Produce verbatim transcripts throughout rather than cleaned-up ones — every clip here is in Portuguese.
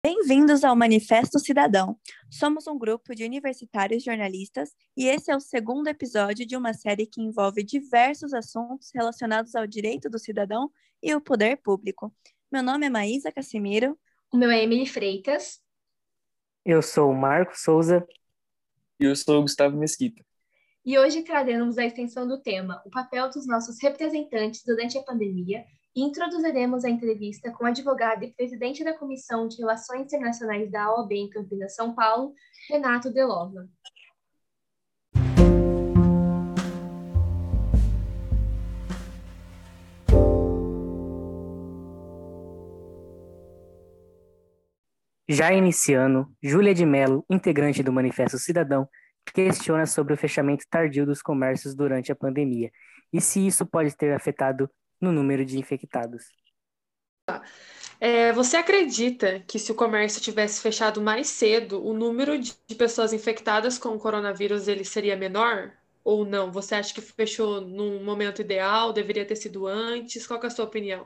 Bem-vindos ao Manifesto Cidadão. Somos um grupo de universitários jornalistas e esse é o segundo episódio de uma série que envolve diversos assuntos relacionados ao direito do cidadão e o poder público. Meu nome é Maísa Cassimiro. O meu é Emily Freitas. Eu sou o Marco Souza. E eu sou o Gustavo Mesquita. E hoje traremos a extensão do tema, o papel dos nossos representantes durante a pandemia, e introduziremos a entrevista com o advogado e presidente da Comissão de Relações Internacionais da O A B em Campinas, São Paulo, Renato Delova. Já iniciando, Júlia de Mello, integrante do Manifesto Cidadão, questiona sobre o fechamento tardio dos comércios durante a pandemia e se isso pode ter afetado no número de infectados. É, você acredita que se o comércio tivesse fechado mais cedo, o número de pessoas infectadas com o coronavírus ele seria menor? Ou não? Você acha que fechou num momento ideal, deveria ter sido antes? Qual que é a sua opinião?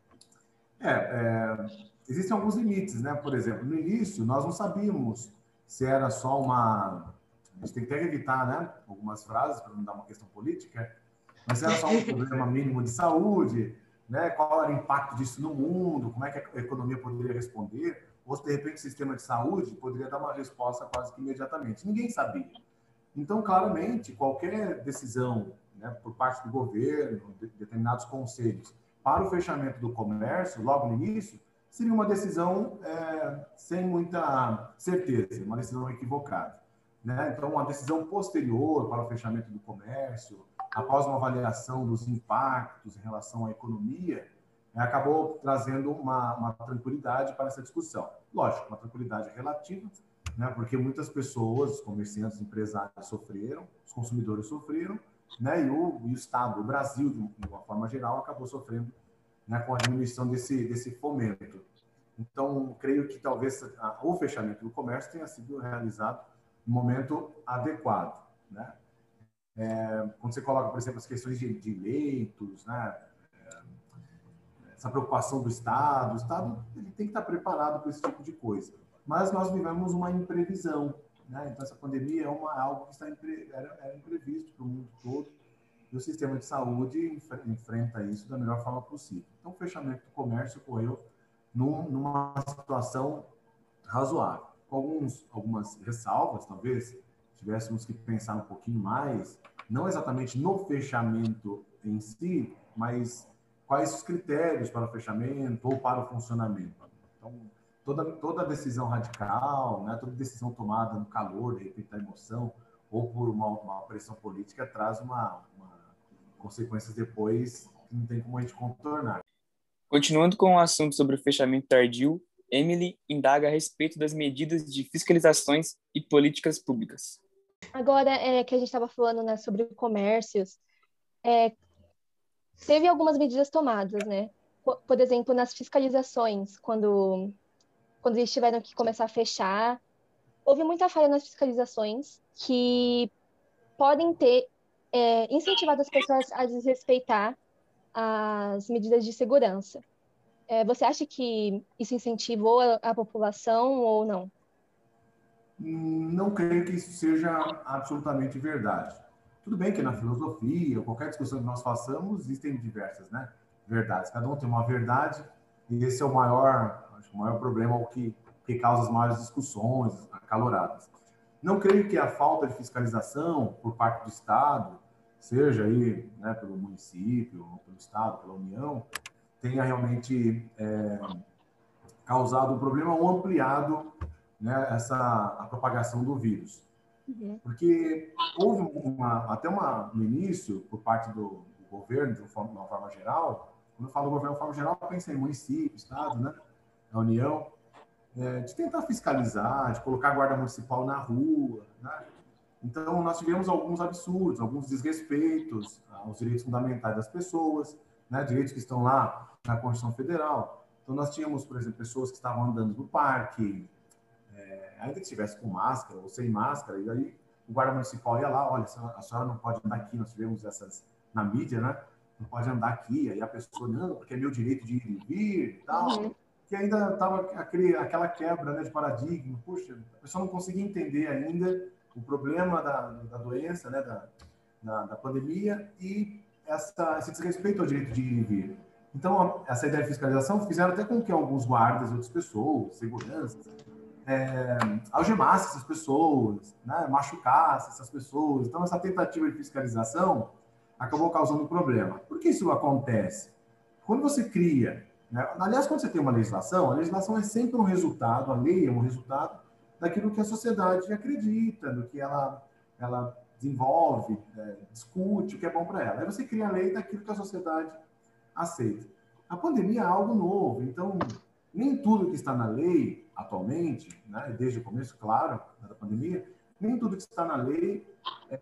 É, é, existem alguns limites, né? Por exemplo, no início, nós não sabíamos se era só uma... A gente tem que até evitar, né, algumas frases para não dar uma questão política, mas se era só um problema mínimo de saúde, né, qual era o impacto disso no mundo, como é que a economia poderia responder, ou se de repente o sistema de saúde poderia dar uma resposta quase que imediatamente. Ninguém sabia. Então, claramente, qualquer decisão, né, por parte do governo, de determinados conselhos, para o fechamento do comércio, logo no início, seria uma decisão é, sem muita certeza, uma decisão equivocada. Né? Então, uma decisão posterior para o fechamento do comércio, após uma avaliação dos impactos em relação à economia, acabou trazendo uma, uma tranquilidade para essa discussão. Lógico, uma tranquilidade relativa, né? Porque muitas pessoas, os comerciantes, empresários sofreram, os consumidores sofreram, né? e, o, e o Estado, o Brasil, de uma forma geral, acabou sofrendo, né, com a diminuição desse, desse fomento. Então, creio que talvez a, o fechamento do comércio tenha sido realizado no momento adequado, né? É, quando você coloca, por exemplo, as questões de, de leitos, né? É, essa preocupação do Estado, o Estado ele tem que estar preparado para esse tipo de coisa. Mas nós vivemos uma imprevisão, né? Então, essa pandemia é uma, algo que está impre, era, era imprevisto para o mundo todo e o sistema de saúde enfrenta isso da melhor forma possível. Então, o fechamento do comércio ocorreu num, numa situação razoável. Com alguns, algumas ressalvas, talvez tivéssemos que pensar um pouquinho mais, não exatamente no fechamento em si, mas quais os critérios para o fechamento ou para o funcionamento. Então, toda, toda decisão radical, né, toda decisão tomada no calor, de repente, da emoção, ou por uma, uma pressão política, traz uma, uma consequências depois que não tem como a gente contornar. Continuando com o assunto sobre o fechamento tardio, Emily indaga a respeito das medidas de fiscalizações e políticas públicas. Agora, é, que a gente estava falando, né, sobre comércios, é, teve algumas medidas tomadas, né? Por, por exemplo, nas fiscalizações, quando, quando eles tiveram que começar a fechar, houve muita falha nas fiscalizações que podem ter é, incentivado as pessoas a desrespeitar as medidas de segurança. É, você acha que isso incentivou a, a população ou não? Não creio que isso seja absolutamente verdade. Tudo bem que na filosofia, qualquer discussão que nós façamos, existem diversas, né, verdades. Cada um tem uma verdade e esse é o maior, acho, o maior problema, o que, que causa as maiores discussões acaloradas. Não creio que a falta de fiscalização por parte do Estado, seja aí, né, pelo município, pelo Estado, pela União, tenha realmente é, causado um problema ou ampliado, né, essa, a propagação do vírus. Uhum. Porque houve uma, até uma, no início, por parte do, do governo, de uma forma, de uma forma geral, quando eu falo governo de uma forma geral, eu penso em município, Estado, né, a União, é, de tentar fiscalizar, de colocar a guarda municipal na rua, né? Então, nós tivemos alguns absurdos, alguns desrespeitos aos direitos fundamentais das pessoas, né, direitos que estão lá na Constituição Federal. Então, nós tínhamos, por exemplo, pessoas que estavam andando no parque, é, ainda que estivesse com máscara ou sem máscara, e aí o guarda municipal ia lá, olha, a senhora não pode andar aqui, nós tivemos essas na mídia, né? Não pode andar aqui, aí a pessoa, não, porque é meu direito de ir e vir e tal. Uhum. que ainda estava aquela quebra, né, de paradigma. Puxa, a pessoa não conseguia entender ainda o problema da, da doença, né, da, da, da pandemia e essa, esse desrespeito ao direito de ir e vir. Então, essa ideia de fiscalização fizeram até com que alguns guardas, outras pessoas, seguranças, é, algemassem essas pessoas, né, machucassem essas pessoas. Então, essa tentativa de fiscalização acabou causando um problema. Por que isso acontece? Quando você cria, né, aliás, quando você tem uma legislação, a legislação é sempre um resultado, a lei é um resultado daquilo que a sociedade acredita, do que ela, ela desenvolve, é, discute, o que é bom para ela. Aí você cria a lei daquilo que a sociedade aceita. A pandemia é algo novo, então nem tudo que está na lei atualmente, né, desde o começo, claro, da pandemia, nem tudo que está na lei é,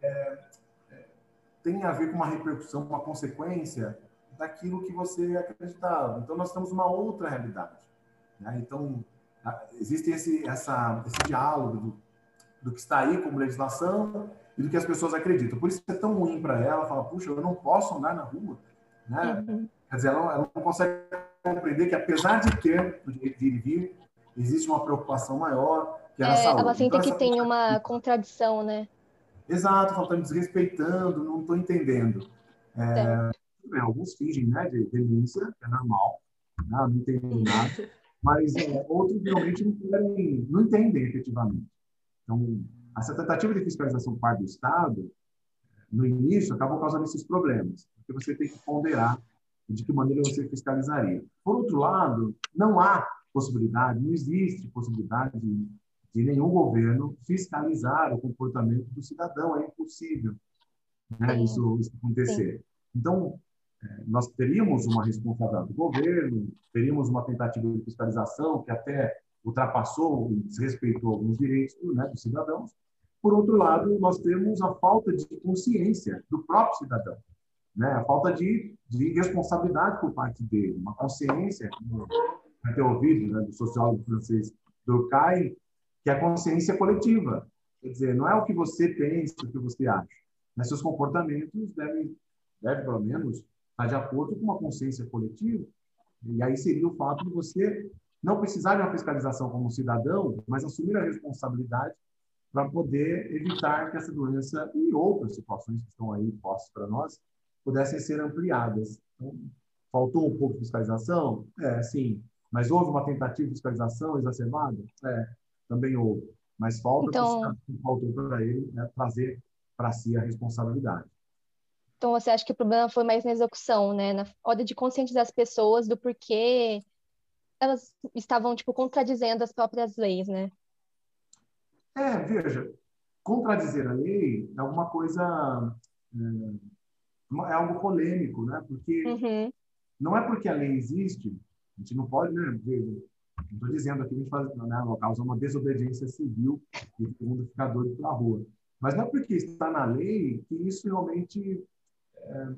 é, tem a ver com uma repercussão, uma consequência daquilo que você acreditava. Então, nós temos uma outra realidade, né? Então, existe esse, essa, esse diálogo do, do que está aí como legislação e do que as pessoas acreditam. Por isso é tão ruim para ela, fala, puxa, eu não posso andar na rua, né? Uhum. Quer dizer, ela não, ela não consegue compreender que, apesar de ter o direito de ir e vir, existe uma preocupação maior, que é a é, saúde. Ela sente então, que tem uma contradição, né? Exato, falando, me desrespeitando, não estou entendendo. É, é. Alguns fingem, né, de demência, que é normal, né, não entendem nada, mas é, outros realmente não, querem, não entendem efetivamente. Então, essa tentativa de fiscalização por parte do Estado, no início, acabou causando esses problemas, porque você tem que ponderar de que maneira você fiscalizaria. Por outro lado, não há possibilidade, não existe possibilidade de, de nenhum governo fiscalizar o comportamento do cidadão, é impossível, né, isso, isso acontecer. Sim. Então, nós teríamos uma responsabilidade do governo, teríamos uma tentativa de fiscalização que até ultrapassou e desrespeitou alguns direitos, né, dos cidadãos. Por outro lado, nós temos a falta de consciência do próprio cidadão, né, a falta de, de responsabilidade por parte dele, uma consciência, como vai ter ouvido, né, do sociólogo francês Durkheim, que é a consciência coletiva. Quer dizer, não é o que você pensa, o que você acha, mas seus comportamentos devem, devem pelo menos, estar de acordo com uma consciência coletiva. E aí seria o fato de você não precisar de uma fiscalização como cidadão, mas assumir a responsabilidade para poder evitar que essa doença e outras situações que estão aí postas para nós pudessem ser ampliadas. Então, faltou um pouco de fiscalização? É, sim. Mas houve uma tentativa de fiscalização exacerbada? É, também houve. Mas falta então, faltou para ele, né, trazer para si a responsabilidade. Então, você acha que o problema foi mais na execução, né? Na hora de conscientizar as pessoas do porquê elas estavam, tipo, contradizendo as próprias leis, né? É, veja, contradizer a lei é alguma coisa... É, é algo polêmico, né? Porque uhum. não é porque a lei existe, a gente não pode, né? Não estou dizendo aqui que a gente faz, né, causar uma desobediência civil e todo mundo ficar doido pela rua. Mas não é porque está na lei que isso realmente... É,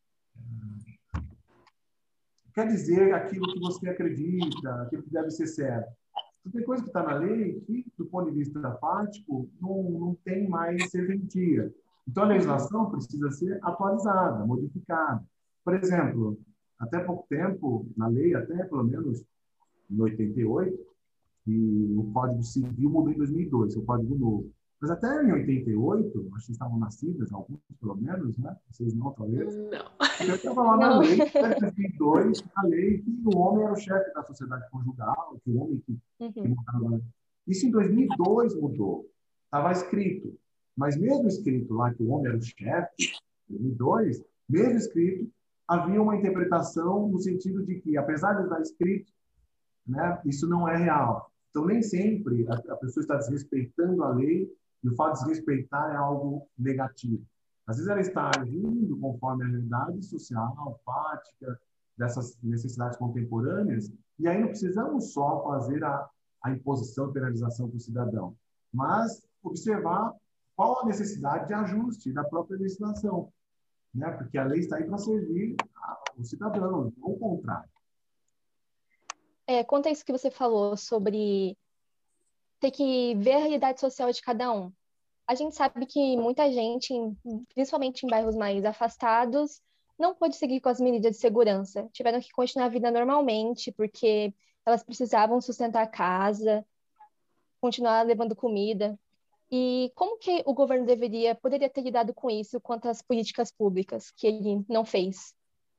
quer dizer aquilo que você acredita, aquilo que deve ser certo. Então, tem coisa que está na lei que, do ponto de vista prático, não, não tem mais serventia. Então, a legislação precisa ser atualizada, modificada. Por exemplo, até pouco tempo, na lei, até pelo menos em oitenta e oito, e o Código Civil mudou em dois mil e dois, o Código Novo. Mas até em oitenta e oito, acho que vocês estavam nascidas, alguns pelo menos, né? Vocês não, talvez. Não. Eu estava lá na lei, em dois mil e dois, a lei que o homem era o chefe da sociedade conjugal, que o homem que, uhum. que mudava. Isso em dois mil e dois mudou. Estava escrito. Mas mesmo escrito lá que o homem era o chefe, em dois mil e dois, mesmo escrito, havia uma interpretação no sentido de que, apesar de estar escrito, né, isso não é real. Então, nem sempre a, a pessoa está desrespeitando a lei, e o fato de desrespeitar é algo negativo. Às vezes ela está agindo conforme a realidade social, prática, dessas necessidades contemporâneas, e aí não precisamos só fazer a, a imposição e penalização para o cidadão, mas observar qual a necessidade de ajuste da própria legislação, né? Porque a lei está aí para servir ao cidadão, não o contrário. É, conta isso que você falou sobre ter que ver a realidade social de cada um. A gente sabe que muita gente, principalmente em bairros mais afastados, não pôde seguir com as medidas de segurança. Tiveram que continuar a vida normalmente, porque elas precisavam sustentar a casa, continuar levando comida. E como que o governo deveria, poderia ter lidado com isso quanto às políticas públicas que ele não fez?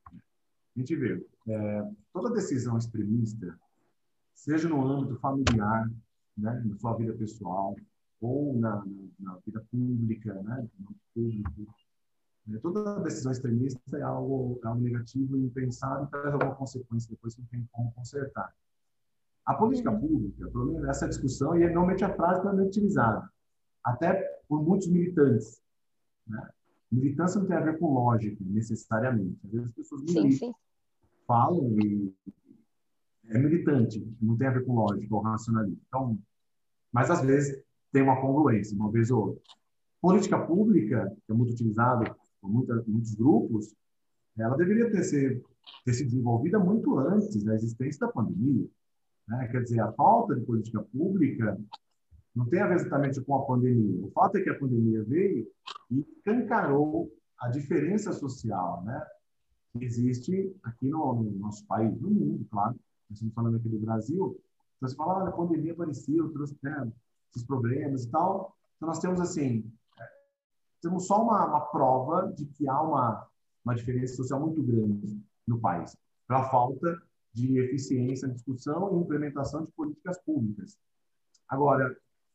A gente vê, é, toda decisão extremista, seja no âmbito familiar, né, na sua vida pessoal, ou na, na, na vida pública, né, no público, né, toda decisão extremista é algo, é algo negativo e impensado e traz alguma consequência depois que não tem como consertar. A política pública, pelo menos essa discussão, e normalmente a frase também é utilizada, até por muitos militantes, né? Militância não tem a ver com lógica, necessariamente. Às vezes as pessoas militam, Sim, sim. falam e é militante, não tem a ver com lógica ou racionalismo. Então, mas às vezes tem uma congruência, uma vez ou outra. Política pública, que é muito utilizada por muita, muitos grupos, ela deveria ter, ser, ter sido desenvolvida muito antes da existência da pandemia, né? Quer dizer, a falta de política pública não tem a ver exatamente com a pandemia. O fato é que a pandemia veio e escancarou a diferença social, né, que existe aqui no, no nosso país, no mundo, claro. Nós estamos falando aqui do Brasil. Então, você fala, ah, a pandemia apareceu, trouxe, né, esses problemas e tal. Então, nós temos, assim, temos só uma, uma prova de que há uma, uma diferença social muito grande no país, pela falta de eficiência na discussão e implementação de políticas públicas. Agora,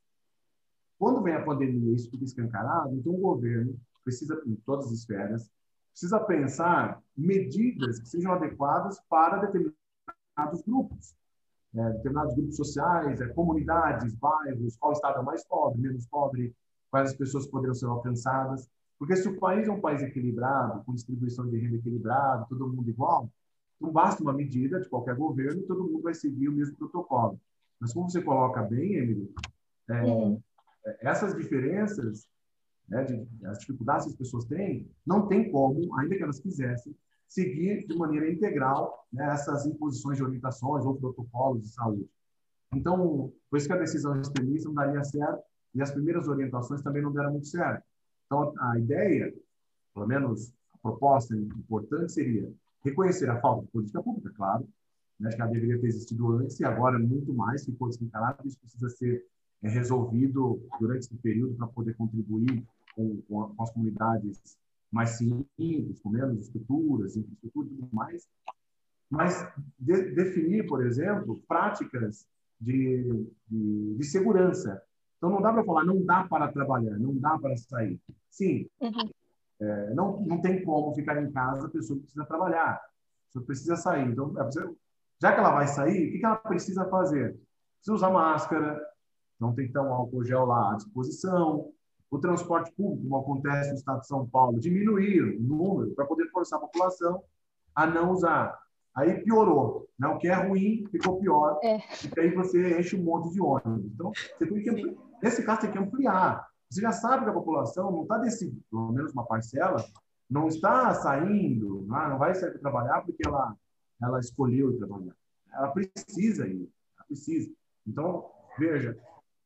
quando vem a pandemia e isso fica escancarado, então o governo precisa, em todas as esferas, precisa pensar medidas que sejam adequadas para determinados grupos, é, determinados grupos sociais, é, comunidades, bairros, qual estado é mais pobre, menos pobre, quais as pessoas poderiam ser alcançadas. Porque se o país é um país equilibrado, com distribuição de renda equilibrada, todo mundo igual, não basta uma medida de qualquer governo e todo mundo vai seguir o mesmo protocolo. Mas como você coloca bem, Emily, é, Uhum. essas diferenças, né, de, as dificuldades que as pessoas têm, não tem como, ainda que elas quisessem, seguir de maneira integral, né, essas imposições de orientações ou protocolos de saúde. Então, por isso que a decisão extremista não daria certo e as primeiras orientações também não deram muito certo. Então, a ideia, pelo menos a proposta importante seria reconhecer a falta de política pública, claro, né, acho que ela deveria ter existido antes e agora muito mais, que ficou escancarado, isso precisa ser é resolvido durante esse período para poder contribuir com, com, a, com as comunidades mais simples, com menos estruturas, infraestrutura e tudo mais. Mas de, definir, por exemplo, práticas de, de, de segurança. Então, não dá para falar, não dá para trabalhar, não dá para sair. Sim, Uhum. é, não, não tem como ficar em casa, a pessoa precisa trabalhar, a pessoa precisa sair. Então, já que ela vai sair, o que ela precisa fazer? Precisa usar máscara. Então, tem que ter um álcool gel lá à disposição. O transporte público, como acontece no estado de São Paulo, diminuir o número para poder forçar a população a não usar. Aí piorou. Né? O que é ruim ficou pior. É. E aí você enche um monte de ônibus. Então, você tem que ampliar. Nesse caso, tem que ampliar. Você já sabe que a população não está decidindo, pelo menos uma parcela, não está saindo, não vai sair para trabalhar porque ela, ela escolheu ir trabalhar. Ela precisa ir. Ela precisa. Então, veja,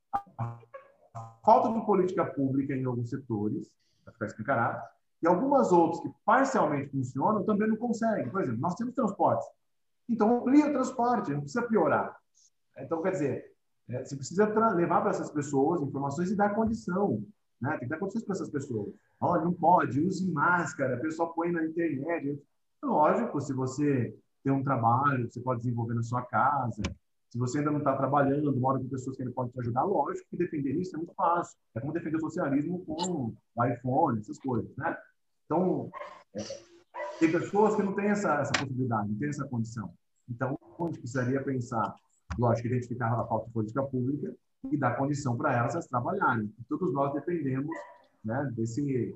a falta de política pública em alguns setores, para ficar escancarado, e algumas outras que parcialmente funcionam também não conseguem. Por exemplo, nós temos transportes. Então, amplia o transporte, não precisa piorar. Então, quer dizer, é, você precisa levar para essas pessoas informações e dar condição. Né? Tem que dar condições para essas pessoas. Olha, não pode, use máscara, o pessoal põe na internet. Lógico, se você tem um trabalho, você pode desenvolver na sua casa. Se você ainda não está trabalhando, mora com pessoas que ele pode te ajudar, lógico que defender isso é muito fácil. É como defender o socialismo com o iPhone, essas coisas, né? Então, é, tem pessoas que não têm essa, essa possibilidade, não têm essa condição. Então, a gente precisaria pensar, lógico, identificar a falta de política pública e dar condição para elas a trabalharem. E todos nós dependemos, né, desse,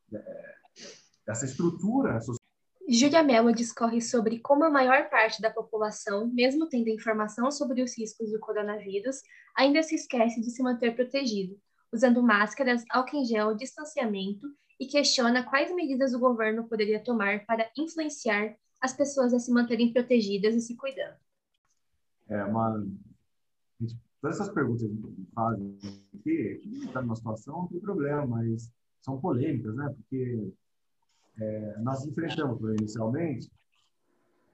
dessa estrutura social. Júlia Mello discorre sobre como a maior parte da população, mesmo tendo informação sobre os riscos do coronavírus, ainda se esquece de se manter protegido, usando máscaras, álcool em gel, distanciamento, e questiona quais medidas o governo poderia tomar para influenciar as pessoas a se manterem protegidas e se cuidando. É uma... Todas essas perguntas que a gente faz aqui, a gente está numa situação, não tem problema, mas são polêmicas, né? Porque É, nós enfrentamos inicialmente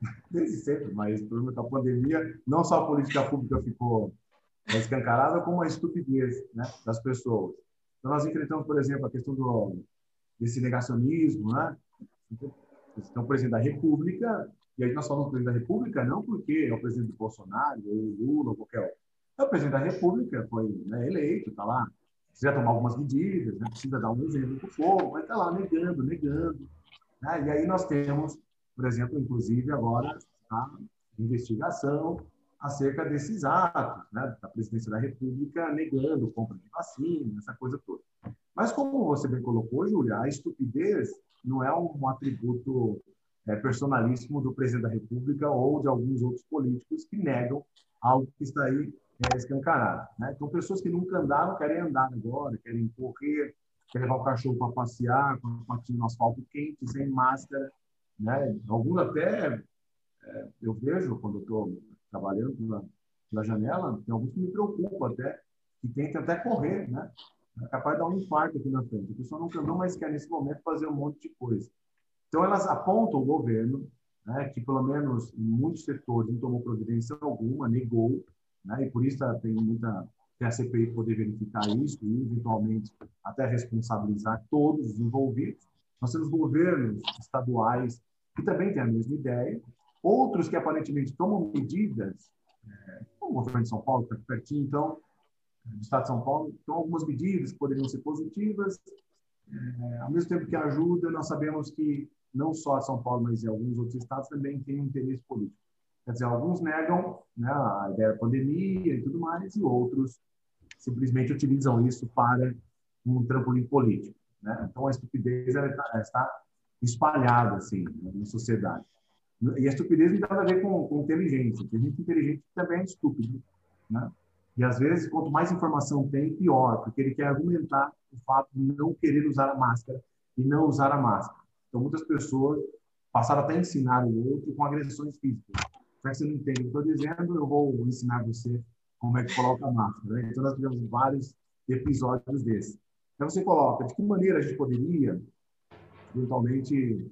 Desde sempre, mas o problema com a pandemia, não só a política pública ficou escancarada, como a estupidez, né, das pessoas. Então, nós enfrentamos, por exemplo, a questão do, desse negacionismo, né? Então, o presidente da República, e aí nós falamos do presidente da República não porque é o presidente do Bolsonaro, ou o Lula, ou qualquer outro. É o presidente da República, foi, né, eleito, está lá, precisa tomar algumas medidas, né, precisa dar um exemplo para o povo, mas está lá negando, negando. Né? E aí nós temos, por exemplo, inclusive agora, a investigação acerca desses atos, né, da presidência da República negando compra de vacina, essa coisa toda. Mas, como você bem colocou, Júlia, a estupidez não é um atributo é, personalíssimo do presidente da República ou de alguns outros políticos que negam algo que está aí é, escancarado. Né? Então, pessoas que nunca andaram querem andar agora, querem correr, querem levar o cachorro para passear, com a patinha no asfalto quente, sem máscara. Né? Alguns até, é, eu vejo, quando eu estou trabalhando pela, pela janela, tem alguns que me preocupam até, que tentam até correr, né? É capaz de dar um infarto aqui na frente. A pessoa nunca andou, mas quer, nesse momento, fazer um monte de coisa. Então, elas apontam o governo, né, que, pelo menos, em muitos setores, não tomou providência alguma, negou, né, e por isso tem, muita, tem a C P I poder verificar isso e, eventualmente, até responsabilizar todos os envolvidos. Nós temos governos estaduais que também têm a mesma ideia, outros que, aparentemente, tomam medidas, é, como o governo de São Paulo, que está aqui pertinho, então, do Estado de São Paulo, então algumas medidas que poderiam ser positivas, é, ao mesmo tempo que ajuda, nós sabemos que não só São Paulo, mas em alguns outros estados também tem um interesse político. Quer dizer, alguns negam, né, a ideia da pandemia e tudo mais, e outros simplesmente utilizam isso para um trampolim político. Né? Então, a estupidez ela está, ela está espalhada assim, na sociedade. E a estupidez não tem nada a ver com, com inteligência. Tem gente inteligente que também é estúpido. Né? E, às vezes, quanto mais informação tem, pior, porque ele quer argumentar o fato de não querer usar a máscara e não usar a máscara. Então, muitas pessoas passaram até a ensinar o outro com agressões físicas. Já que você não entende o que eu estou dizendo, eu vou ensinar você como é que coloca a máscara. Né? Então, nós tivemos vários episódios desses. Então, você coloca de que maneira a gente poderia, eventualmente,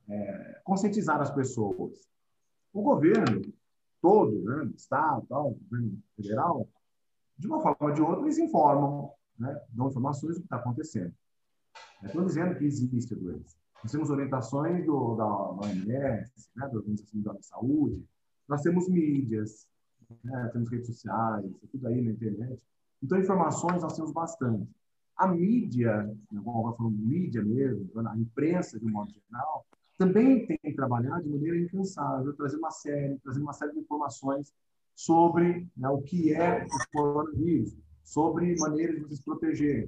é, conscientizar as pessoas. O governo todo, né, Estado, tal, governo federal, de uma forma ou de outra, eles informam, né, dão informações do que está acontecendo. Estou dizendo que existe a doença. Nós temos orientações do, da O M S, né, da Organização Mundial da Saúde, nós temos mídias, né, temos redes sociais, tudo aí na internet. Então, informações nós temos bastante. A mídia, como nós falamos, mídia mesmo, a imprensa, de um modo geral, também tem que trabalhar de maneira incansável, trazer uma série, trazer uma série de informações sobre, né, o que é o coronavírus, sobre maneiras de se proteger,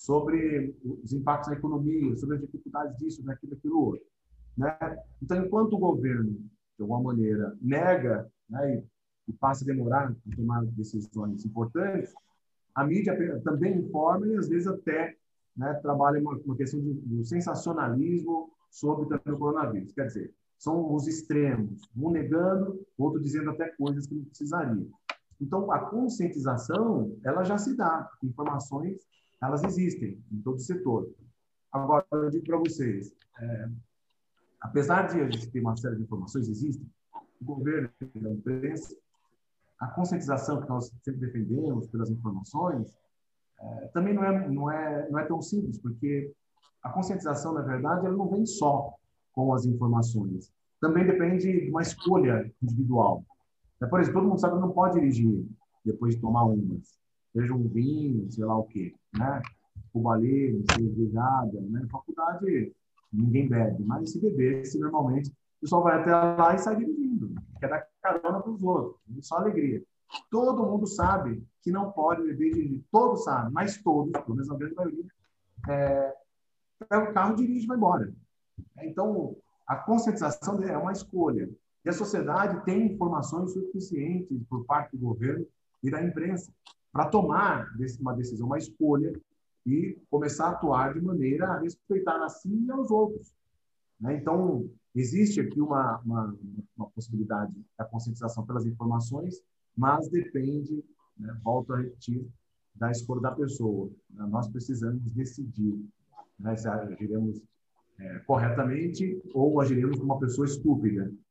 sobre os impactos na economia, sobre as dificuldades disso, daquilo, daquilo outro. Né? Então, enquanto o governo, de alguma maneira, nega, né, e, e passa a demorar a tomar decisões importantes, a mídia também informa e, às vezes, até, né, trabalha uma, uma questão de, de sensacionalismo sobre também o coronavírus. Quer dizer, são os extremos, um negando, outro dizendo até coisas que não precisariam. Então, a conscientização, ela já se dá. Informações, elas existem em todo o setor. Agora, eu digo para vocês, é, apesar de a gente ter uma série de informações, existem, o governo, a imprensa, a conscientização que nós sempre defendemos pelas informações, é, também não é, não, é, não é tão simples, porque a conscientização, na verdade, ela não vem só com as informações. Também depende de uma escolha individual. Por exemplo, todo mundo sabe que não pode dirigir depois de tomar umas. Seja um vinho, sei lá o quê, né? Cubalê, cervejada, né? Na faculdade, ninguém bebe. Mas se bebesse, normalmente, o pessoal vai até lá e sai dirigindo. Quer dar carona para os outros. Só alegria. Todo mundo sabe que não pode beber e dirigir. Todos sabem, mas todos, pelo menos a grande maioria, é, pega o carro, dirige e vai embora. Então, a conscientização é uma escolha. E a sociedade tem informações suficientes por parte do governo e da imprensa para tomar uma decisão, uma escolha e começar a atuar de maneira a respeitar a si e aos outros. Então, existe aqui uma, uma, uma possibilidade da conscientização pelas informações, mas depende, né, volto a repetir, da escolha da pessoa. Nós precisamos decidir, né, se agiremos é, corretamente ou agiremos como uma pessoa estúpida.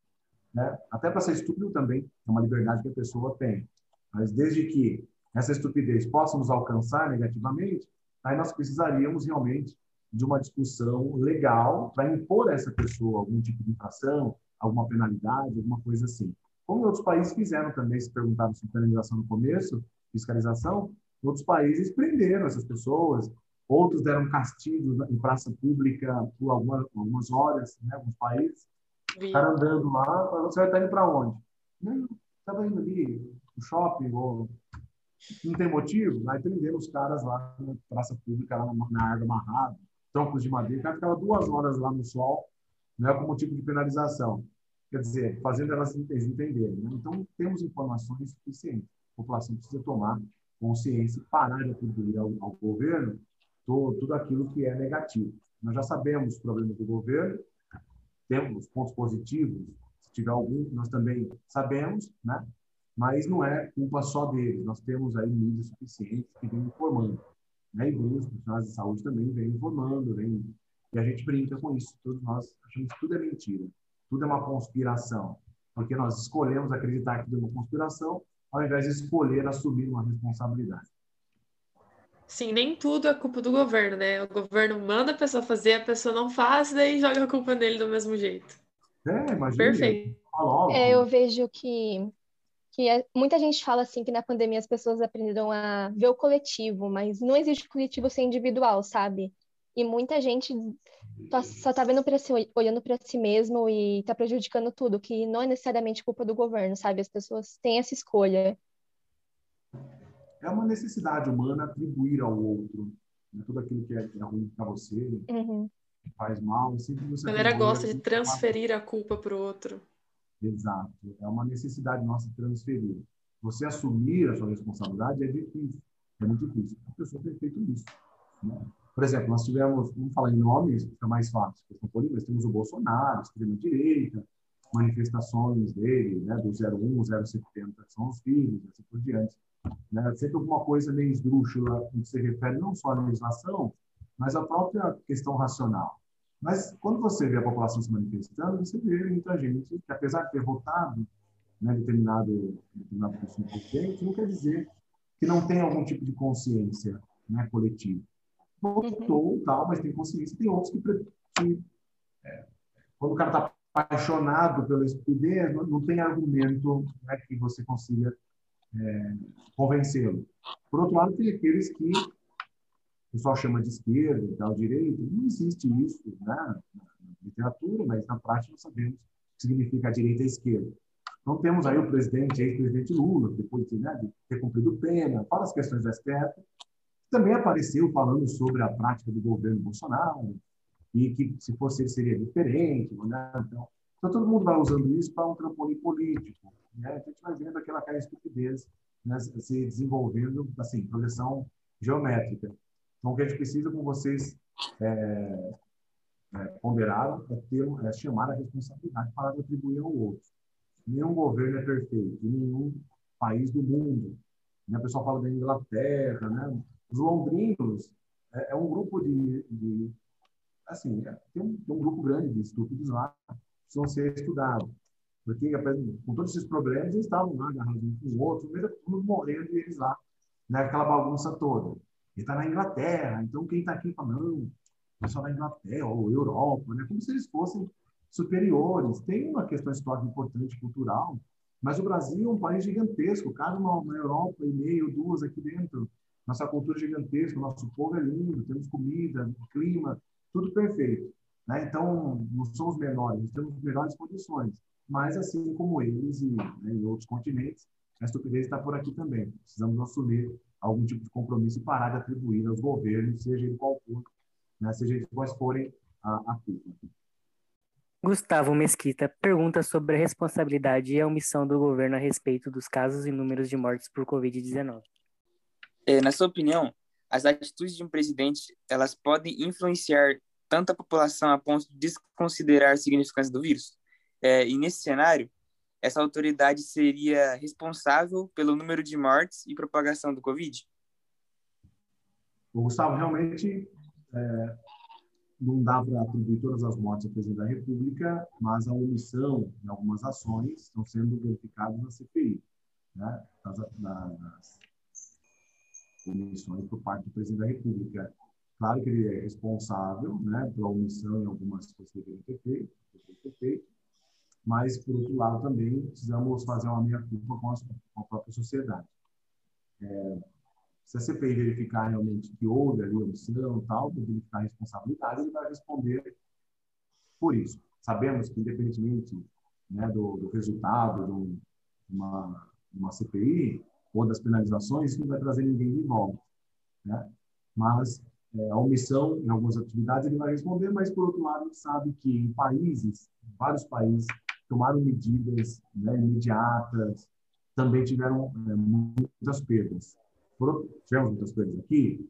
né? Até para ser estúpido também é uma liberdade que a pessoa tem. Mas desde que essa estupidez possa nos alcançar negativamente, aí nós precisaríamos realmente de uma discussão legal para impor a essa pessoa algum tipo de infração, alguma penalidade, alguma coisa assim. Como outros países fizeram também, se perguntaram sobre penalização no começo, fiscalização, outros países prenderam essas pessoas, outros deram castigos em praça pública por algumas, algumas horas, né, alguns países. O cara andando lá, você vai estar indo para onde? Não, estava indo ali no shopping, ou não tem motivo, aí prenderam os caras lá na praça pública, lá na, na árvore amarrada, troncos de madeira, o cara ficava duas horas lá no sol, né, como tipo de penalização. Quer dizer, fazendo elas entenderem. Né? Então, temos informações suficientes. A população precisa tomar consciência e parar de atribuir ao, ao governo todo, tudo aquilo que é negativo. Nós já sabemos os problemas do governo, temos pontos positivos, se tiver algum, nós também sabemos, né? Mas não é culpa só deles. Nós temos aí mídias suficientes que vêm informando. Né? E os profissionais de saúde também vêm informando, vêm... e a gente brinca com isso. Todos nós achamos que tudo é mentira, tudo é uma conspiração, porque nós escolhemos acreditar que tudo é uma conspiração, ao invés de escolher assumir uma responsabilidade. Sim, nem tudo é culpa do governo, né? O governo manda a pessoa fazer, a pessoa não faz, daí joga a culpa nele do mesmo jeito. É, imagina. Perfeito. É, eu vejo que, que é, muita gente fala assim que na pandemia as pessoas aprenderam a ver o coletivo, mas não existe coletivo sem individual, sabe? E muita gente tá- só tá vendo para si, olhando para si mesmo e tá prejudicando tudo, que não é necessariamente culpa do governo, sabe? As pessoas têm essa escolha. É uma necessidade humana atribuir ao outro, né? Tudo aquilo que é, que é ruim para você, Uhum. que faz mal, sempre você A galera atribui gosta de aquilo que transferir a culpa para o outro. Exato. É uma necessidade nossa transferir. Você assumir a sua responsabilidade é difícil. É muito difícil. A pessoa tem feito isso. Né? Por exemplo, nós tivemos, vamos falar em nomes, fica mais fácil. Nós temos o Bolsonaro, extrema-direita, manifestações dele, né, do zero um, zero setenta, que são os filhos, assim por diante. Né? Sempre alguma coisa meio esdrúxula que se refere não só à legislação, mas à própria questão racional. Mas quando você vê a população se manifestando, você vê muita gente que, apesar de ter votado, né, determinado, determinado presidente, não quer dizer que não tem algum tipo de consciência, né, coletiva. Votou, uhum. tal, mas tem consciência. Tem outros que, que é, quando o cara está apaixonado pela estupidez, não, não tem argumento, né, que você consiga é, convencê-lo. Por outro lado, tem aqueles que o pessoal chama de esquerda, da direita. Não existe isso, né, na literatura, mas na prática nós sabemos o que significa a direita e a esquerda. Então temos aí o presidente, ex-presidente Lula, depois de, né, de ter cumprido pena, fora as questões da S T F, também apareceu falando sobre a prática do governo Bolsonaro, e que se fosse ele seria diferente. Né? Então, então todo mundo vai usando isso para um trampolim político. Né? A gente vai vendo aquela cara de estupidez, né, se desenvolvendo, assim, progressão geométrica. Então, o que a gente precisa com vocês é, é, ponderaram é, ter, é chamar a responsabilidade para atribuir ao outro. Nenhum governo é perfeito, nenhum país do mundo. Né? O pessoal fala da Inglaterra, né? Os londrinos é, é um grupo de... de assim, é, tem, um, tem um grupo grande de estúpidos lá que precisam ser estudados. Porque, com todos esses problemas, eles estavam lá agarrados um com o outro, mesmo todo morrendo e eles lá, né? Aquela bagunça toda. Ele está na Inglaterra, então quem está aqui fala, não, o pessoal da Inglaterra ou Europa, né? Como se eles fossem superiores. Tem uma questão histórica importante, cultural, mas o Brasil é um país gigantesco, cabe uma, uma Europa e meio, duas aqui dentro. Nossa cultura é gigantesca, nosso povo é lindo, temos comida, clima, tudo perfeito. Né? Então, não somos menores, nós temos melhores condições. Mas, assim como eles e né, em outros continentes, a estupidez está por aqui também. Precisamos assumir algum tipo de compromisso e parar de atribuir aos governos, seja ele qual for, né, seja eles quais forem a, a culpa. Gustavo Mesquita pergunta sobre a responsabilidade e a omissão do governo a respeito dos casos e números de mortes por covid dezenove. É, na sua opinião, as atitudes de um presidente, elas podem influenciar tanto a população a ponto de desconsiderar a significância do vírus? É, e nesse cenário, essa autoridade seria responsável pelo número de mortes e propagação do Covid? O Gustavo, realmente, é, não dá para atribuir todas as mortes ao presidente da República, mas a omissão em algumas ações estão sendo verificadas na C P I, né? Das, das omissões por parte do presidente da República. Claro que ele é responsável, né, pela omissão em algumas coisas que ele deveria ter feito, deveria ter feito, mas, por outro lado, também precisamos fazer uma meia-culpa com, com a própria sociedade. É, se a C P I verificar realmente que houve ali omissão e tal, verificar a responsabilidade, ele vai responder por isso. Sabemos que, independentemente, né, do, do resultado de, um, de, uma, de uma C P I ou das penalizações, isso não vai trazer ninguém de volta, né? Mas é, a omissão em algumas atividades ele vai responder, mas, por outro lado, a gente sabe que em países, vários países, tomaram medidas, né, imediatas, também tiveram é, muitas perdas. Por, tivemos muitas perdas aqui,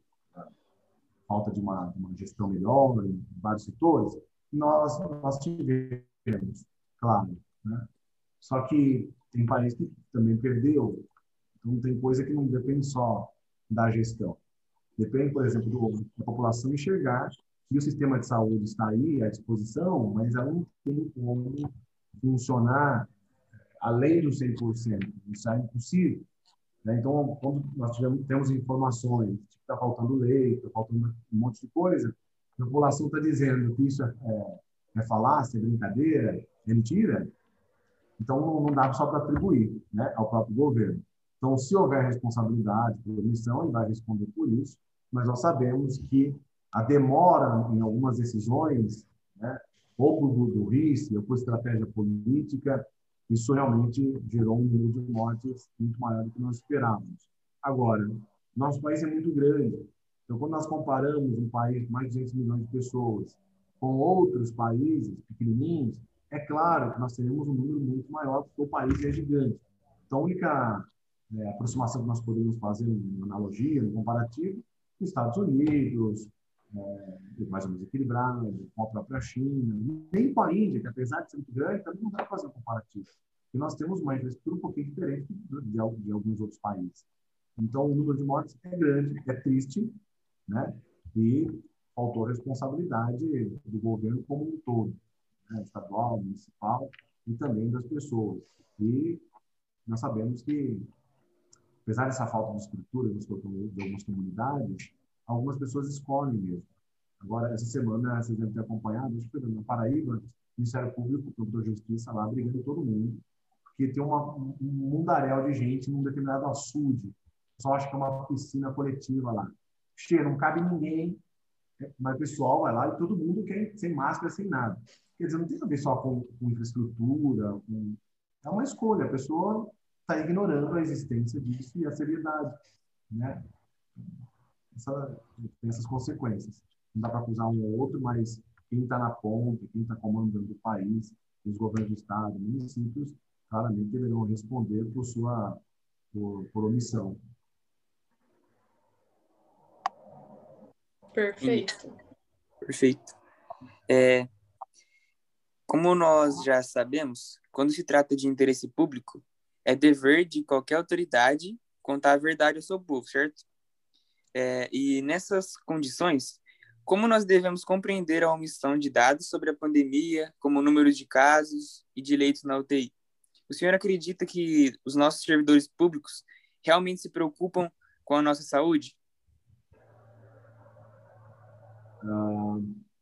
falta de uma, uma gestão melhor em vários setores, nós, nós tivemos, claro, né? Só que tem país que também perdeu, então tem coisa que não depende só da gestão. Depende, por exemplo, do, da população enxergar que o sistema de saúde está aí à disposição, mas ela não tem como funcionar além do cem por cento. Isso é impossível, né? Então, quando nós tivemos, temos informações de que está faltando leite, está faltando um monte de coisa, a população está dizendo que isso é, é, é falácia, é brincadeira, é mentira, então não, não dá só para atribuir, né, ao próprio governo. Então, se houver responsabilidade por omissão, ele vai responder por isso, mas nós sabemos que a demora em algumas decisões, né, ou por burrice, ou por estratégia política, isso realmente gerou um número de mortes muito maior do que nós esperávamos. Agora, nosso país é muito grande, então quando nós comparamos um país com mais de duzentos milhões de pessoas com outros países pequenininhos, é claro que nós teremos um número muito maior, porque o país é gigante. Então, a única é, aproximação que nós podemos fazer, uma analogia, um comparativo, os Estados Unidos, é, mais ou menos equilibrado, com a própria China, nem com a Índia, que apesar de ser muito grande, também não dá para fazer um comparativo. E nós temos uma infraestrutura um pouquinho diferente de, de alguns outros países. Então, o número de mortes é grande, é triste, né? E faltou responsabilidade do governo como um todo, né? Estadual, municipal e também das pessoas. E nós sabemos que, apesar dessa falta de estrutura de algumas comunidades, algumas pessoas escolhem mesmo. Agora, essa semana, vocês devem ter acompanhado, acho que foi na Paraíba, o Ministério Público, o Promotor de Justiça lá, brigando todo mundo, porque tem uma, um mundaréu de gente num determinado açude. Só acho que é uma piscina coletiva lá. Cheia, não cabe ninguém, mas o pessoal vai lá e todo mundo quer sem máscara, sem nada. Quer dizer, não tem a ver só com, com infraestrutura, com... é uma escolha. A pessoa está ignorando a existência disso e a seriedade, né? Essa, tem essas consequências. Não dá para acusar um ou outro, mas quem está na ponta, quem está comandando o país, os governos do estado, municípios, claramente deverão responder por sua por, por omissão. Perfeito. Perfeito. É, como nós já sabemos, quando se trata de interesse público, é dever de qualquer autoridade contar a verdade ao seu povo, certo? É, e nessas condições, como nós devemos compreender a omissão de dados sobre a pandemia, como o número de casos e de leitos na U T I? O senhor acredita que os nossos servidores públicos realmente se preocupam com a nossa saúde? Ah,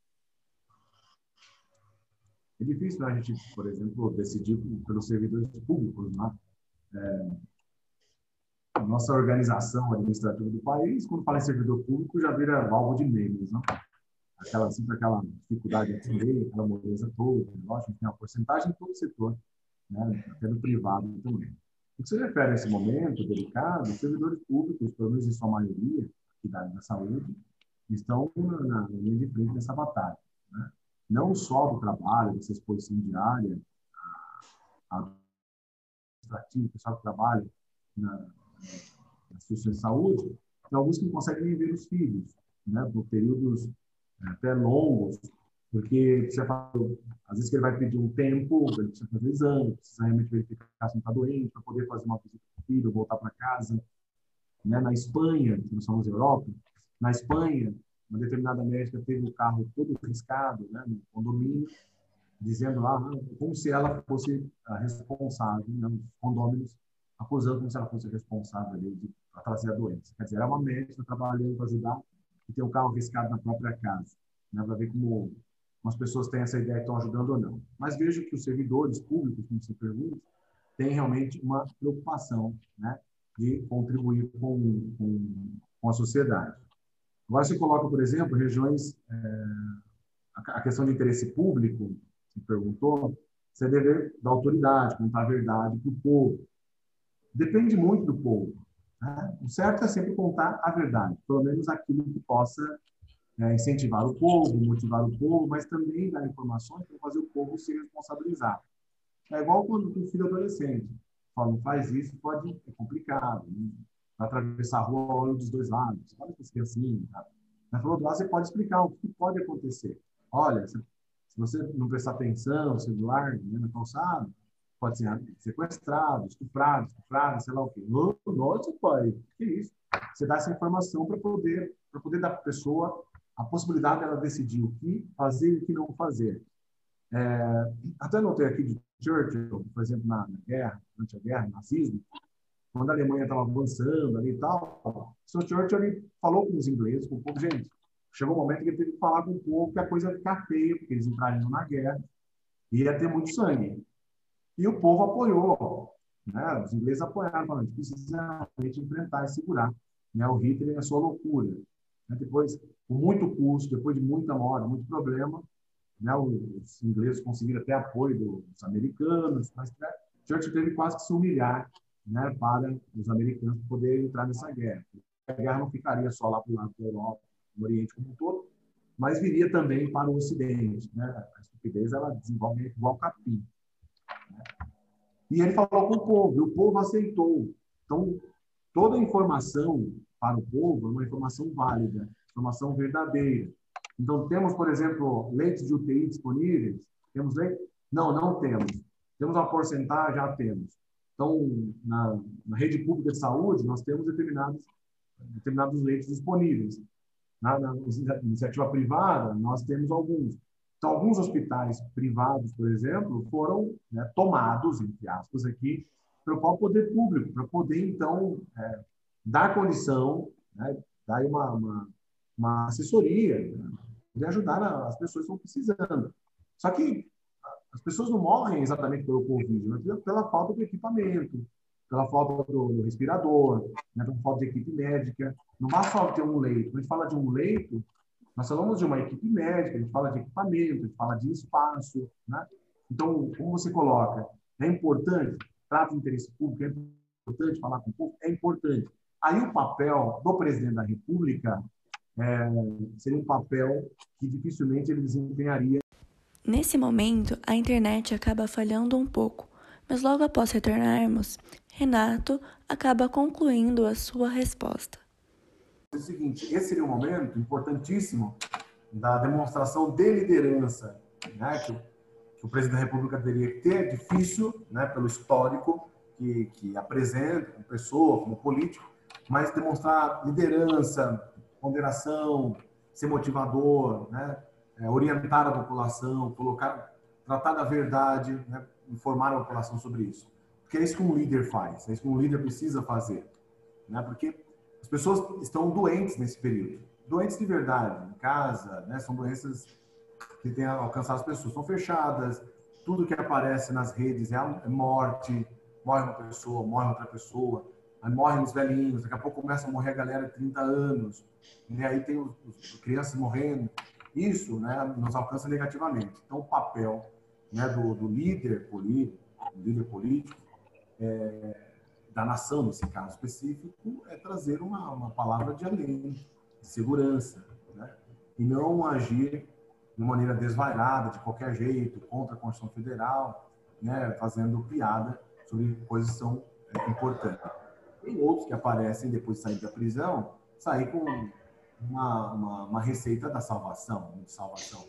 é difícil, né, a gente, por exemplo, decidir pelos servidores públicos, né? É, a nossa organização administrativa do país, quando fala em servidor público, já vira alvo de memes, né? Aquela, sempre aquela dificuldade de atender, aquela moleza toda, lógico que tem uma porcentagem em todo o setor, né? Até no privado também. O que se refere a esse momento delicado, os servidores públicos, pelo menos em sua maioria, aqui da área da saúde, estão na, na linha de frente dessa batalha, né? Não só do trabalho, dessa exposição diária, a, a administrativa, o pessoal que trabalha na, nas instituições de saúde, tem alguns que não conseguem nem ver os filhos, né, por períodos até longos, porque você fala, às vezes que ele vai pedir um tempo, ele precisa fazer exame, precisa realmente verificar se não está doente, para poder fazer uma visita com o filho, voltar para casa. Né? Na Espanha, que nós somos Europa, na Espanha, uma determinada médica teve o carro todo riscado, né, no condomínio, dizendo lá, como se ela fosse a responsável, né, os condôminos acusando como se ela fosse responsável ali de a trazer a doença. Quer dizer, era uma médica trabalhando para ajudar e ter o carro riscado na própria casa, né, para ver como, como as pessoas têm essa ideia que estão ajudando ou não. Mas vejo que os servidores públicos, como você pergunta, têm realmente uma preocupação, né, de contribuir com, com, com a sociedade. Agora você coloca, por exemplo, regiões, é, a questão de interesse público, você perguntou, você é dever da autoridade, contar a verdade para o povo. Depende muito do povo, né? O certo é sempre contar a verdade, pelo menos aquilo que possa é, incentivar o povo, motivar o povo, mas também dar informações para fazer o povo se responsabilizar. É igual quando um filho adolescente fala, não faz isso, pode é complicado, né? Vai atravessar a rua, olha dos dois lados, olha que assim, tá? Mas do outro lado você pode explicar o que pode acontecer. Olha, se, se você não prestar atenção no celular, né, na calçada, pode ser sequestrado, estuprado, estuprado, sei lá o quê. Nossa, pai, que isso? Você dá essa informação para poder, para poder dar para a pessoa a possibilidade dela decidir o que fazer e o que não fazer. É, até notei aqui de Churchill, por exemplo, na, na guerra, durante a guerra, no nazismo, quando a Alemanha estava avançando ali e tal, o senhor Churchill ele falou com os ingleses, com o povo, gente, chegou um momento que ele teve que falar com o povo que a coisa ia ficar feia, porque eles entrariam na guerra e ia ter muito sangue. E o povo apoiou, né? Os ingleses apoiaram, falando, a gente precisa realmente enfrentar e segurar, né, o Hitler e a sua loucura. Né? Depois, com muito custo, depois de muita morte, muito problema, né, os ingleses conseguiram até apoio dos americanos, mas né, Churchill teve quase que se humilhar, né, para os americanos poderem entrar nessa guerra. A guerra não ficaria só lá para o lado da Europa, no Oriente como um todo, mas viria também para o Ocidente. Né? A estupidez ela desenvolve igual capim. Né? E ele falou com o povo, e o povo aceitou. Então, toda a informação para o povo é uma informação válida, informação verdadeira. Então, temos, por exemplo, leitos de U T I disponíveis? Temos leite? Não, não temos. Temos uma porcentagem? Já temos. Então, na, na rede pública de saúde, nós temos determinados, determinados leitos disponíveis. Na, na iniciativa privada, nós temos alguns. Então, alguns hospitais privados, por exemplo, foram, né, tomados, entre aspas, aqui, pelo poder público, para poder, então, é, dar condição, né, dar uma, uma, uma assessoria, né, poder ajudar as pessoas que estão precisando. Só que as pessoas não morrem exatamente pelo Covid, mas pela falta de equipamento, pela falta do respirador, né, pela falta de equipe médica. Não basta só ter um leito. Quando a gente fala de um leito, nós falamos de uma equipe médica, a gente fala de equipamento, a gente fala de espaço. Né? Então, como você coloca, é importante, trata de interesse público, é importante falar com o povo, é importante. Aí o papel do presidente da República é, seria um papel que dificilmente ele desempenharia. Nesse momento, a internet acaba falhando um pouco, mas logo após retornarmos, Renato acaba concluindo a sua resposta. É o seguinte, esse seria um momento importantíssimo da demonstração de liderança, né, que, que o presidente da República teria que ter. É difícil, né, pelo histórico que, que apresenta, como pessoa, como político, mas demonstrar liderança, ponderação, ser motivador, né, é, orientar a população, colocar, tratar da verdade, né, informar a população sobre isso. Porque é isso que um líder faz, é isso que um líder precisa fazer. Né, porque as pessoas estão doentes nesse período, doentes de verdade, em casa, né, são doenças que têm alcançado as pessoas, estão fechadas, tudo que aparece nas redes é morte, morre uma pessoa, morre outra pessoa, aí morrem os velhinhos, daqui a pouco começa a morrer a galera de trinta anos, e aí tem os, os crianças morrendo. Isso, né, nos alcança negativamente. Então, o papel, né, do, do líder político, do líder político é, da nação, nesse caso específico, é trazer uma, uma palavra de alento, de segurança, né, e não agir de maneira desvairada, de qualquer jeito, contra a Constituição Federal, né, fazendo piada sobre coisas que são é, importantes. Tem outros que aparecem depois de sair da prisão, sair com Uma, uma, uma receita da salvação, de salvação.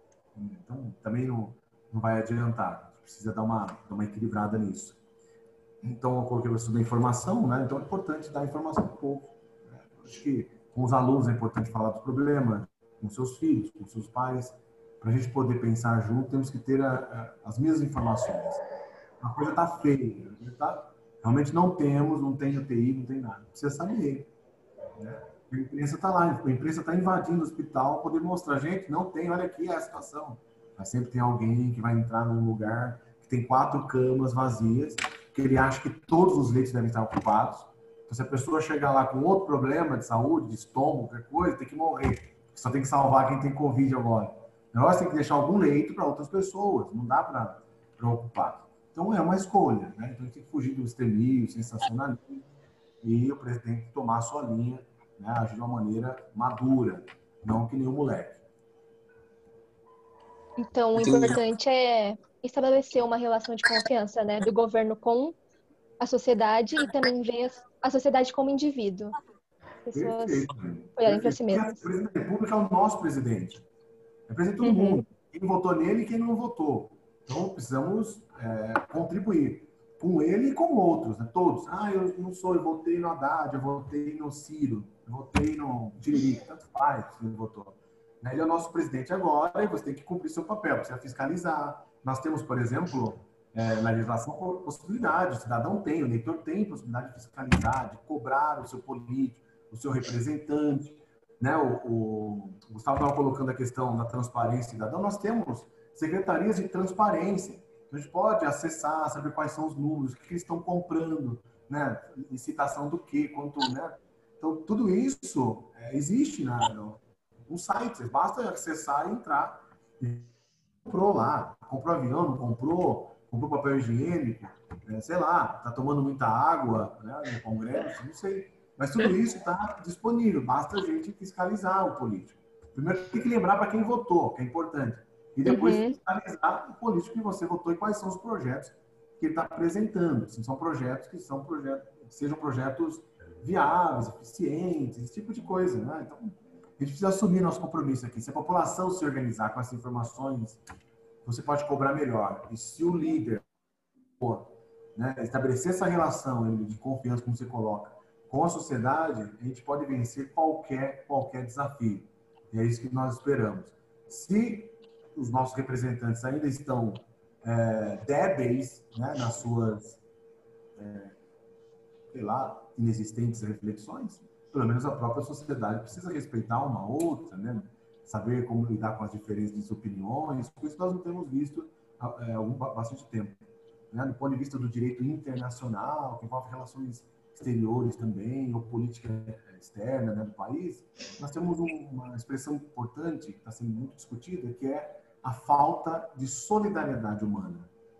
Então, também não, não vai adiantar. Precisa dar uma, dar uma equilibrada nisso. Então, eu coloquei o estudo da informação, né? Então, é importante dar informação para o povo. Né? Acho que com os alunos é importante falar dos problemas, com seus filhos, com seus pais. Para a gente poder pensar junto, temos que ter a, a, as mesmas informações. A coisa está feia, a coisa tá, realmente não temos, não tem U T I, não tem nada. Precisa saber, né? A imprensa está lá, a imprensa está invadindo o hospital, poder mostrar, gente, não tem, olha aqui a situação. Mas sempre tem alguém que vai entrar num lugar que tem quatro camas vazias, que ele acha que todos os leitos devem estar ocupados. Então, se a pessoa chegar lá com outro problema de saúde, de estômago, qualquer coisa, tem que morrer. Só tem que salvar quem tem Covid agora. Nós temos que deixar algum leito para outras pessoas, não dá para ocupar. Então, é uma escolha, né? Então, a gente tem que fugir do extremismo, sensacionalismo, e o presidente tem que tomar a sua linha, né? Agir de uma maneira madura, não que nem um moleque. Então, o importante é estabelecer uma relação de confiança, né, do governo com a sociedade e também ver a sociedade como indivíduo. Pessoas olharem para si mesmas. O presidente da República é o nosso presidente. Representa todo Uhum. mundo. Quem votou nele e quem não votou. Então, precisamos é, contribuir com ele e com outros, né? Todos. Ah, eu não sou, eu votei no Haddad, eu votei no Ciro, eu votei no Tiririca. Tanto faz se ele votou. Ele é o nosso presidente agora e você tem que cumprir seu papel, precisa fiscalizar. Nós temos, por exemplo, é, na legislação, possibilidade, o cidadão tem, o eleitor tem possibilidade de fiscalizar, de cobrar o seu político, o seu representante. Né? O, o, o Gustavo estava colocando a questão da transparência cidadã. Nós temos secretarias de transparência. Então, a gente pode acessar, saber quais são os números, o que, que eles estão comprando, né? Licitação do quê, quanto, né? Então, tudo isso é, existe na... No, um site, basta acessar e entrar. Comprou lá, comprou avião, não comprou, comprou papel higiênico, é, sei lá, tá tomando muita água, né, no Congresso, não sei. Mas tudo isso está disponível, basta a gente fiscalizar o político. Primeiro tem que lembrar para quem votou, que é importante. E depois uhum. fiscalizar o político que você votou e quais são os projetos que ele está apresentando. Se são projetos que são projetos, que sejam projetos viáveis, eficientes, esse tipo de coisa, né? Então, a gente precisa assumir nosso compromisso aqui. Se a população se organizar com essas informações, você pode cobrar melhor. E se o líder, né, estabelecer essa relação de confiança, como você coloca, com a sociedade, a gente pode vencer qualquer, qualquer desafio. E é isso que nós esperamos. Se os nossos representantes ainda estão é, débeis, né, nas suas, é, sei lá, inexistentes reflexões, pelo menos a própria sociedade precisa respeitar uma outra, né? Saber como lidar com as diferentes opiniões, por isso nós não temos visto há é, bastante tempo. Né? Do ponto de vista do direito internacional, que envolve relações exteriores também, ou política externa, né, do país, nós temos uma expressão importante, que está sendo muito discutida, que é a falta de solidariedade humana.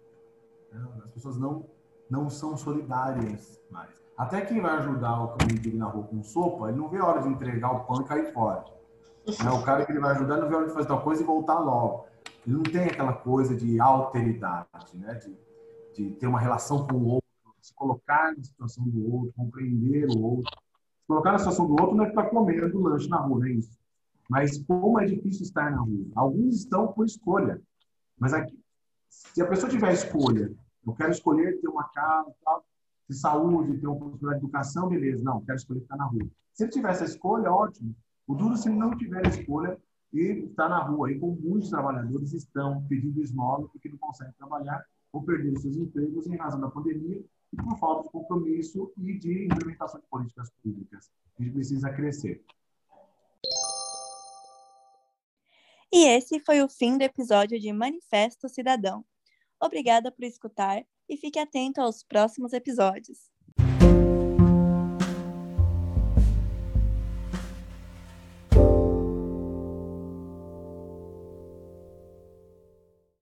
As pessoas não, não são solidárias mais. Até quem vai ajudar o mendigo na rua com sopa, ele não vê a hora de entregar o pão e cair fora. Né? O cara que ele vai ajudar não vê a hora de fazer tal coisa e voltar logo. Ele não tem aquela coisa de alteridade, né? de, de ter uma relação com o outro, se colocar na situação do outro, compreender o outro. Se colocar na situação do outro não é que está comendo lanche na rua, não é isso. Mas como é difícil estar na rua. Alguns estão por escolha. Mas aqui, se a pessoa tiver escolha, eu quero escolher ter uma casa, tal, de saúde, ter uma possibilidade de educação, beleza. Não, quero escolher ficar na rua. Se ele tiver essa escolha, ótimo. O duro se ele não tiver a escolha e está na rua. Aí, como muitos trabalhadores estão pedindo esmola porque não conseguem trabalhar ou perderam seus empregos em razão da pandemia e por falta de compromisso e de implementação de políticas públicas. A gente precisa crescer. E esse foi o fim do episódio de Manifesto Cidadão. Obrigada por escutar e fique atento aos próximos episódios.